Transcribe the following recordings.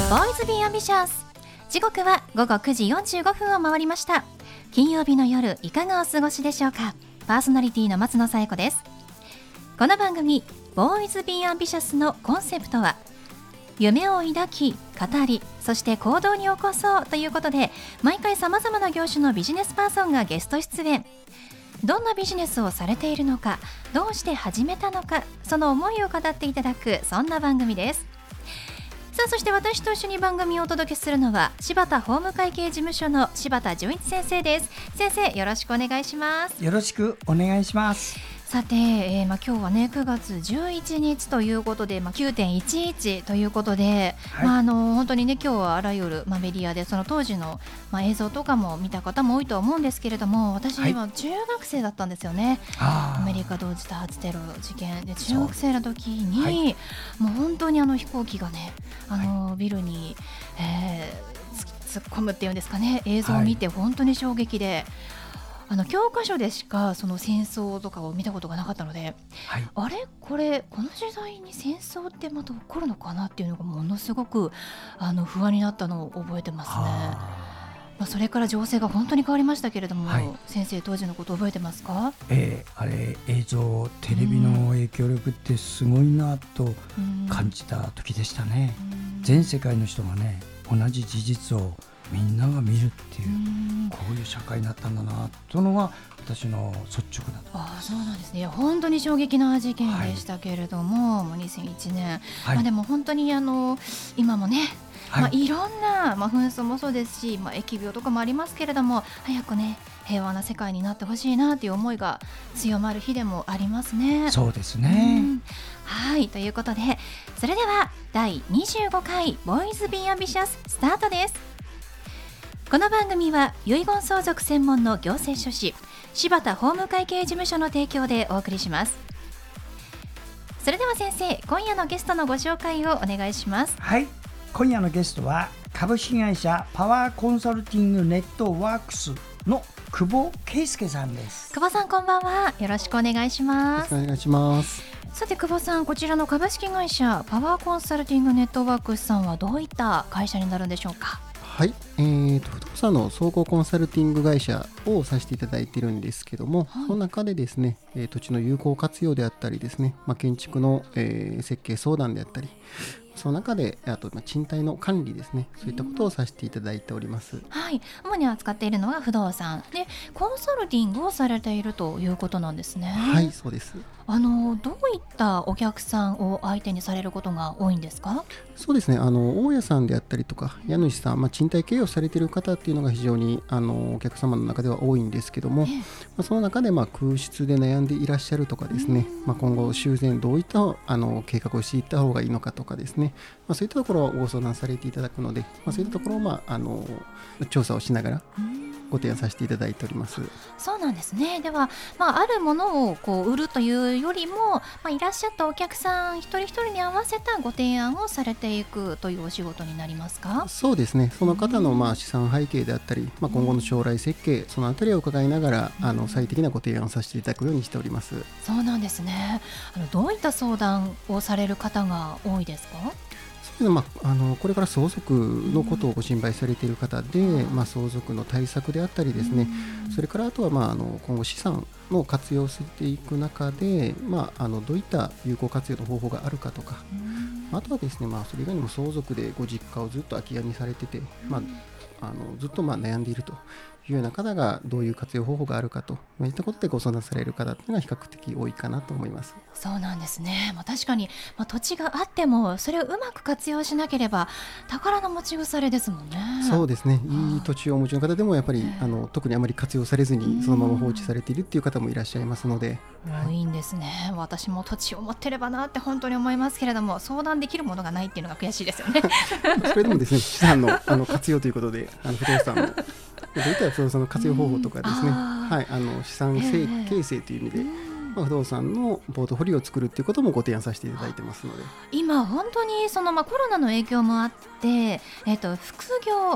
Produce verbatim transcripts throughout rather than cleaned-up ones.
ボーイズビーアンビシャス。時刻はごごくじよんじゅうごふんを回りました。金曜日の夜いかがお過ごしでしょうか。パーソナリティの松野紗友子です。この番組ボーイズビーアンビシャスのコンセプトは、夢を抱き語り、そして行動に起こそうということで、毎回さまざまな業種のビジネスパーソンがゲスト出演。どんなビジネスをされているのか、どうして始めたのか、その思いを語っていただく、そんな番組です。さあ、そして私と一緒に番組をお届けするのは、柴田法務会計事務所の柴田純一先生です。先生、よろしくお願いします。 よろしくお願いします。 さて、えーまあ、今日はねくがつじゅういちにちということで、まあ、きゅうてんいちいち ということで、はい、まあ、あの本当にね今日はあらゆる、まあ、メディアでその当時の、まあ、映像とかも見た方も多いと思うんですけれども、私は中学生だったんですよね、はい、アメリカ同時多発テロ事件で中学生の時に、はい、もう本当にあの飛行機がねあの、はい、ビルに、えー、突っ込むっていうんですかね、映像を見て本当に衝撃で、はい、あの教科書でしかその戦争とかを見たことがなかったので、はい、あれこれこの時代に戦争ってまた起こるのかなっていうのがものすごくあの不安になったのを覚えてますね。まあ、それから情勢が本当に変わりましたけれども、はい、先生当時のこと覚えてますか？ えー、あれ映像テレビの影響力ってすごいなと感じた時でしたね。全世界の人がね同じ事実をみんなが見るっていう、うこういう社会になったんだなというのが私の率直だと。 ああ、そうなんですね。いや本当に衝撃な事件でしたけれども、はい、もうにせんいちねん、はい、まあ、でも本当にあの今もね、はい、まあ、いろんな、まあ、紛争もそうですし、まあ、疫病とかもありますけれども、早くね平和な世界になってほしいなという思いが強まる日でもありますね。 そうですね、 うん、はい、ということで、それではだいにじゅうごかいボーイズビーアンビシャススタートです。この番組は遺言相続専門の行政書士柴田法務会計事務所の提供でお送りします。それでは先生、今夜のゲストのご紹介をお願いします。 はい、今夜のゲストは株式会社パワーコンサルティングネットワークスの久保圭介さんです。 久保さん、こんばんは。よろしくお願いします。 よろしくお願いします。 さて久保さん、こちらの株式会社パワーコンサルティングネットワークスさんはどういった会社になるんでしょうか？ はい、えー、と不動産の総合コンサルティング会社をさせていただいているんですけども、はい、その中でですね、えー、土地の有効活用であったりですね、まあ、建築の、えー、設計相談であったり、その中であと、まあ、賃貸の管理ですね、そういったことをさせていただいております。 はい、主に扱っているのは不動産でコンサルティングをされているということなんですね。 はい、そうです。 あのどういったお客さんを相手にされることが多いんですか？ そうですね、あの大家さんであったりとか家主さん、まあ、賃貸経営をされている方っていうのが非常にあのお客様の中では多いんですけども、まあ、その中でまあ空室で悩んでいらっしゃるとかですね、まあ、今後修繕どういったあの計画をしていった方がいいのかとかですね、まあ、そういったところをご相談されていただくので、まあ、そういったところを、まあ、あの調査をしながらご提案させていただいております。 そうなんですね。では、まあ、あるものをこう売るというよりも、まあ、いらっしゃったお客さん一人一人に合わせたご提案をされていくというお仕事になりますか？ そうですね、その方のまあ資産背景であったり、まあ、今後の将来設計、そのあたりを伺いながらあの最適なご提案をさせていただくようにしております。 そうなんですね。あのどういった相談をされる方が多いですか？ まあ、あのこれから相続のことをご心配されている方で、うん、まあ、相続の対策であったりですね、うん、それからあとは、まあ、あの今後資産の活用していく中で、まあ、あのどういった有効活用の方法があるかとか、うん、あとはですね、まあ、それ以外にも相続でご実家をずっと空き家にされてて、まあ、あのずっとまあ悩んでいるというような方がどういう活用方法があるかといったことでご相談される方というのは比較的多いかなと思います。 そうなんですね。まあ、確かに、まあ、土地があってもそれをうまく活用しなければ宝の持ち腐れですもんね。 そうですね、いい土地をお持ちの方でもやっぱり、えー、あの特にあまり活用されずにそのまま放置されているっていう方もいらっしゃいますので、 多いんですね。私も土地を持ってればなって本当に思いますけれども、相談できるものがないっていうのが悔しいですよねそれでもですね、資産の、あの活用ということで、あの不動産のどういった不動産の活用方法とかですね、はい、あの資産形成という意味で、まあ、不動産のポートフォリオを作るということもご提案させていただいてますので、 今本当にその、まあ、コロナの影響もあって、えー、と副業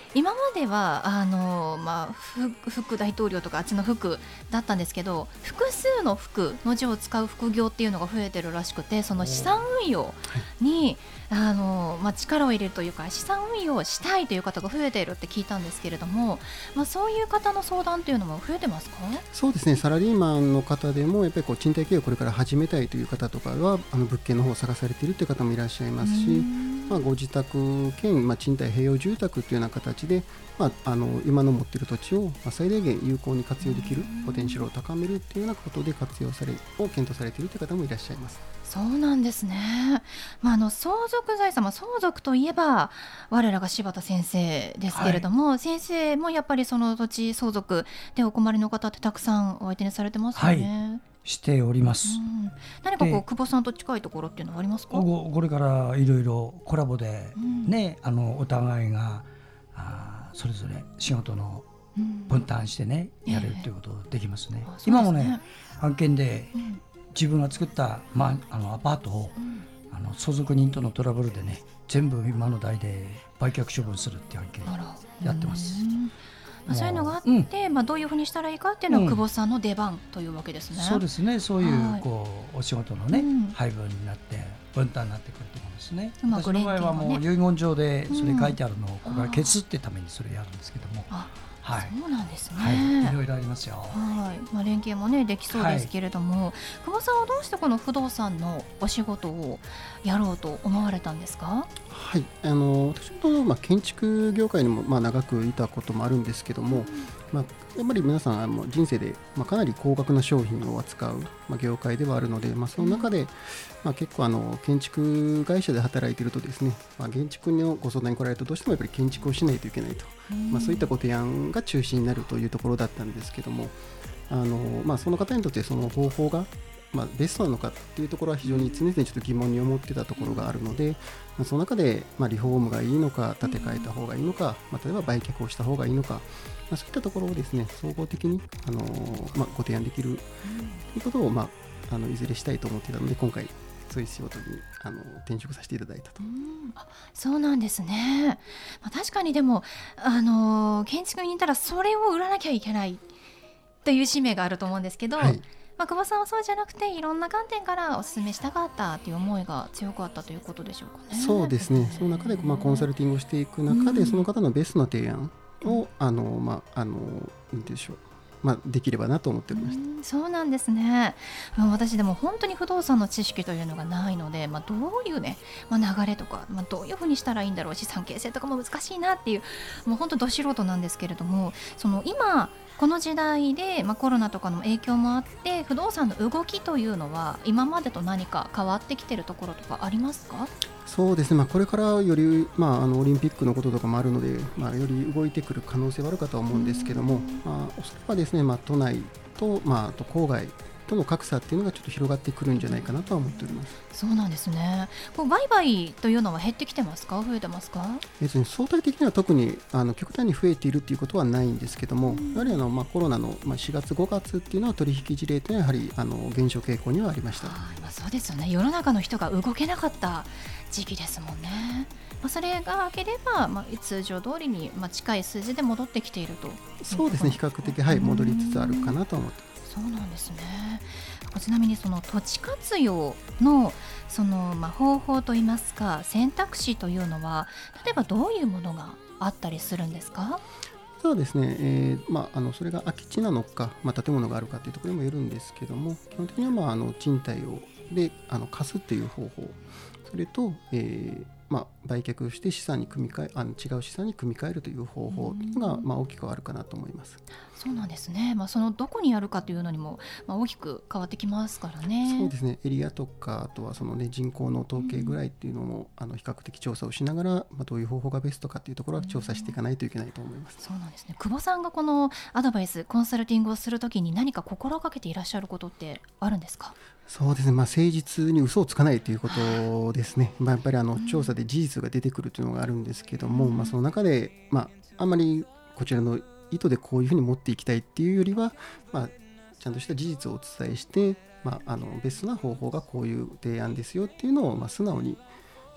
今まではあの、まあ、副大統領とかあっちの副だったんですけど、複数の副の字を使う副業っていうのが増えてるらしくて、その資産運用に、はい、あのまあ、力を入れるというか資産運用をしたいという方が増えているって聞いたんですけれども、まあ、そういう方の相談というのも増えてますか？ そうですね、サラリーマンの方でもやっぱりこう賃貸経営をこれから始めたいという方とかはあの物件の方を探されているという方もいらっしゃいますし、まあ、ご自宅兼、まあ、賃貸併用住宅というような形で、まあ、あの今の持っている土地を、まあ、最大限有効に活用できるポテンシャルを高めるというようなことで活用されを検討されているという方もいらっしゃいます。 そうなんですね。まあ、あの相続財産、相続といえば我らが柴田先生ですけれども、はい、先生もやっぱりその土地相続でお困りの方ってたくさんお相手にされてますよね。 はい、しております、 うん、何かこう久保さんと近いところっていうのはありますか？ これからいろいろコラボで、ね、うん、あのお互いがあそれぞれ仕事の分担してね、うん、やれるということできますね。えー、今もね案件で、うん、自分が作った、まあ、あのアパートを、うん、あの相続人とのトラブルでね全部今の代で売却処分するっていう案件やってます。 まあ、そういうのがあって、うん、まあ、どういうふうにしたらいいかっていうのは久保さんの出番というわけですね。 うん、そうですね、そういうこうお仕事のね、うん、配分になって分担になってくると思うんですね。うまく連携もね、私の場合はもう遺言状でそれ書いてあるのをここから消すってためにそれやるんですけども、 あ、はい、そうなんですね、 はい、いろいろありますよ。 はい、まあ、連携もねできそうですけれども、はい、久保さんはどうしてこの不動産のお仕事をやろうと思われたんですか？ はい、あの私も、まあ、建築業界にも、まあ、長くいたこともあるんですけども、うん、まあ、やっぱり皆さんあの人生で、まあ、かなり高額な商品を扱う、まあ、業界ではあるので、まあ、その中で、まあ、結構あの建築会社で働いているとですね、まあ、建築のご相談に来られるとどうしてもやっぱり建築をしないといけないと、うん、まあ、そういったご提案が中心になるというところだったんですけども、あの、まあ、その方にとってその方法がまあ、ベストなのかっていうところは非常に常々ちょっと疑問に思ってたところがあるので、まあ、その中で、まあ、リフォームがいいのか建て替えた方がいいのか、まあ、例えば売却をした方がいいのか、まあ、そういったところをですね総合的に、あのーまあ、ご提案できるということを、まあ、あのいずれしたいと思っていたので今回そういう仕事にあの転職させていただいたと。 うん、あ、そうなんですね。まあ、確かにでも、あのー、建築にいたらそれを売らなきゃいけないという使命があると思うんですけど、はい、まあ、久保さんはそうじゃなくていろんな観点からお勧めしたかったという思いが強かったということでしょうかね。 そうですね、その中で、まあ、コンサルティングをしていく中で、うん、その方のベストな提案を、うん、あのまああのなんでしょう、まあ、できればなと思っておりました。 うん、そうなんですね。まあ、私でも本当に不動産の知識というのがないので、まあ、どういうね、まあ、流れとか、まあ、どういうふうにしたらいいんだろう、資産形成とかも難しいなっていう、もう本当ど素人なんですけれども、その今この時代で、まあ、コロナとかの影響もあって不動産の動きというのは今までと何か変わってきているところとかありますか？ そうですね、まあ、これからより、まあ、あのオリンピックのこととかもあるので、まあ、より動いてくる可能性はあるかとは思うんですけども、まあ、おそらくはですね、まあ、都内と、まあ、あと郊外との格差っていうのがちょっと広がってくるんじゃないかなとは思っております。 そうなんですね。こう売買というのは減ってきてますか？増えてますか？ 別に相対的には特にあの極端に増えているということはないんですけども、やはりあの、まあ、コロナの、まあ、しがつごがつっていうのは取引事例というのはやはりあの減少傾向にはありました。 あ、今そうですよね。世の中の人が動けなかった時期ですもんね。まあ、それが明ければ、まあ、通常通りに、まあ、近い数字で戻ってきていると。 そうですね、比較的、はい、戻りつつあるかなと思ってます。 そうなんですね。ちなみにその土地活用のそのまあ方法といいますか選択肢というのは例えばどういうものがあったりするんですか？ そうですね、えーまあ、あのそれが空き地なのか、まあ、建物があるかというところにもよるんですけども、基本的には、まあ、あの賃貸をであの貸すという方法、それと、えーまあ、売却して資産に組み替えあの違う資産に組み替えるという方法というのが、まあ、大きくあるかなと思います。 そうなんですね。まあ、そのどこにやるかというのにも、まあ、大きく変わってきますからね。 そうですね、エリアとかあとはその、ね、人口の統計ぐらいっていうのも、うん、あの比較的調査をしながら、まあ、どういう方法がベストかというところは調査していかないといけないと思います。 うん、そうなんですね。久保さんがこのアドバイスコンサルティングをするときに何か心がけていらっしゃることってあるんですか？ そうですね、まあ、誠実に嘘をつかないということですね。まあ、やっぱりあの調査で事実が出てくるというのがあるんですけども、うん、まあ、その中で、まあ、あんまりこちらの意図でこういうふうに持っていきたいっていうよりは、まあ、ちゃんとした事実をお伝えして、まあ、あのベストな方法がこういう提案ですよっていうのを、まあ、素直に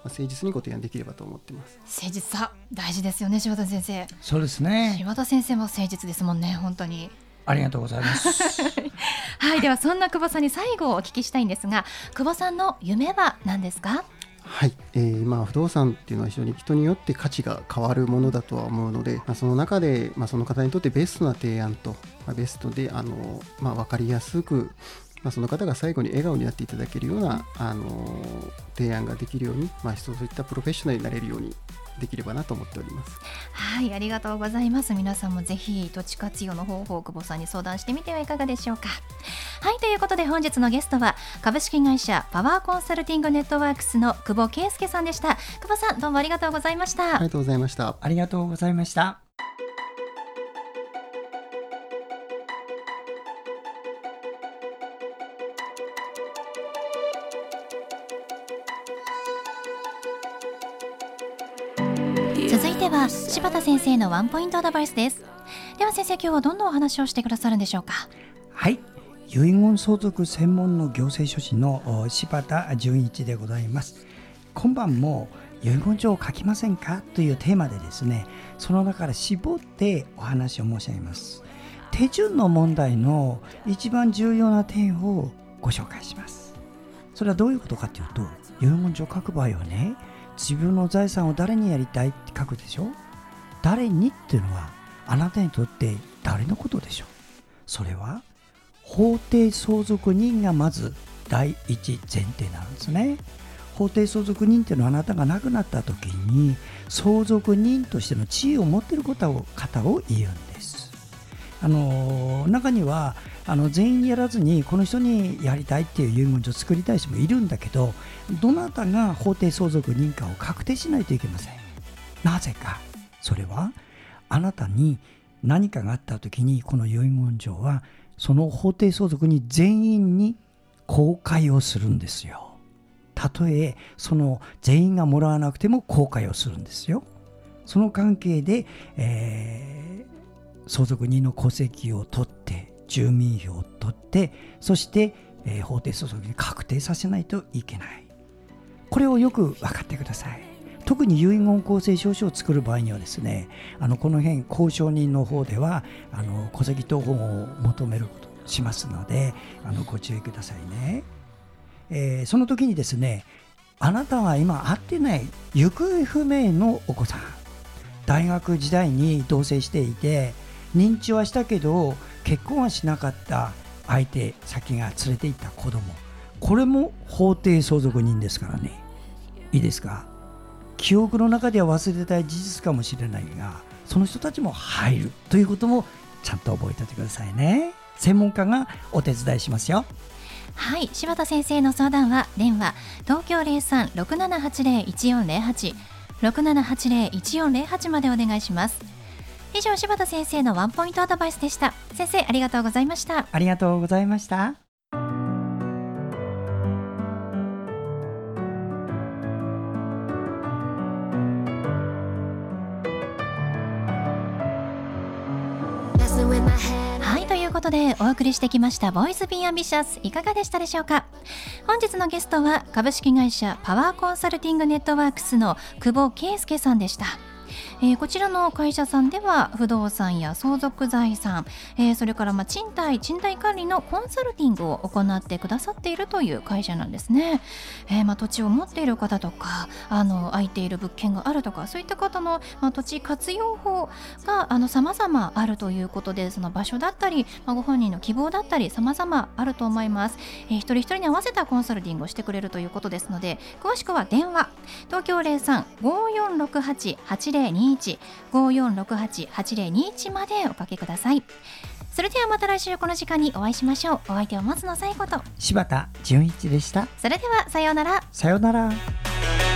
誠実にご提案できればと思っています。 誠実さ大事ですよね、柴田先生。 そうですね、 柴田先生も誠実ですもんね。本当にありがとうございますはい、ではそんな久保さんに最後お聞きしたいんですが、久保さんの夢は何ですか？ はい、えーまあ、不動産っていうのは非常に人によって価値が変わるものだとは思うので、まあ、その中で、まあ、その方にとってベストな提案と、まあ、ベストであの、まあ、分かりやすく、まあ、その方が最後に笑顔になっていただけるようなあの提案ができるように、まあ、そういったプロフェッショナルになれるようにできればなと思っております。 はい、ありがとうございます。皆さんもぜひ土地活用の方法を久保さんに相談してみてはいかがでしょうか。はい、ということで本日のゲストは株式会社パワーコンサルティングネットワークスの久保圭介さんでした。久保さん、どうもありがとうございました。 ありがとうございました。 ありがとうございました。 続いては柴田先生のワンポイントアドバイスです。では先生、今日はどんなお話をしてくださるんでしょうか？ はい、遺言相続専門の行政書士の柴田純一でございます。今晩も遺言状を書きませんかというテーマでですね、その中から絞ってお話を申し上げます。手順の問題の一番重要な点をご紹介します。それはどういうことかというと、遺言状を書く場合はね、自分の財産を誰にやりたいって書くでしょ。誰にっていうのはあなたにとって誰のことでしょう。それは法定相続人がまず第一前提なんですね。法定相続人っていうのはあなたが亡くなった時に相続人としての地位を持っている方を方を言うんです。あの中にはあの全員やらずにこの人にやりたいっていう遺言状を作りたい人もいるんだけど、どなたが法定相続人かを確定しないといけません。なぜか、それはあなたに何かがあった時にこの遺言状はその法定相続人全員に公開をするんですよ。たとえその全員がもらわなくても公開をするんですよ。その関係で、えー、相続人の戸籍を取って住民票を取って、そして、えー、法定相続に確定させないといけない。これをよく分かってください。特に遺言公正証書を作る場合にはですね、あのこの辺公証人の方ではあの戸籍謄本を求めることをしますので、あのご注意くださいね。えー、その時にですね、あなたは今会ってない行方不明のお子さん、大学時代に同棲していて認知はしたけど結婚はしなかった相手先が連れて行った子供、これも法定相続人ですからね。いいですか。記憶の中では忘れたい事実かもしれないが、その人たちも入るということもちゃんと覚えておいてくださいね。専門家がお手伝いしますよ。 はい、柴田先生の相談は電話東京 ゼロさん ろくななはちゼロ いちよんゼロはち ろくななはちゼロ いちよんゼロはちまでお願いします。以上、柴田先生のワンポイントアドバイスでした。先生、ありがとうございました。 ありがとうございました。 はい、ということでお送りしてきましたボイスビーアンビシャス、いかがでしたでしょうか。本日のゲストは株式会社パワーコンサルティングネットワークスの久保圭介さんでした。えー、こちらの会社さんでは不動産や相続財産、えー、それからまあ賃貸賃貸管理のコンサルティングを行ってくださっているという会社なんですね。えー、まあ土地を持っている方とか、あの空いている物件があるとか、そういった方の、まあ、土地活用法があの様々あるということで、その場所だったり、まあ、ご本人の希望だったり様々あると思います。えー、一人一人に合わせたコンサルティングをしてくれるということですので、詳しくは電話東京 ゼロさん ごーよんろくはち はちゼロにいち ごーよんろくはち はちゼロにいちまでおかけください。それではまた来週この時間にお会いしましょう。お相手は松野紗友子と柴田純一でした。 それではさようなら。 さようなら。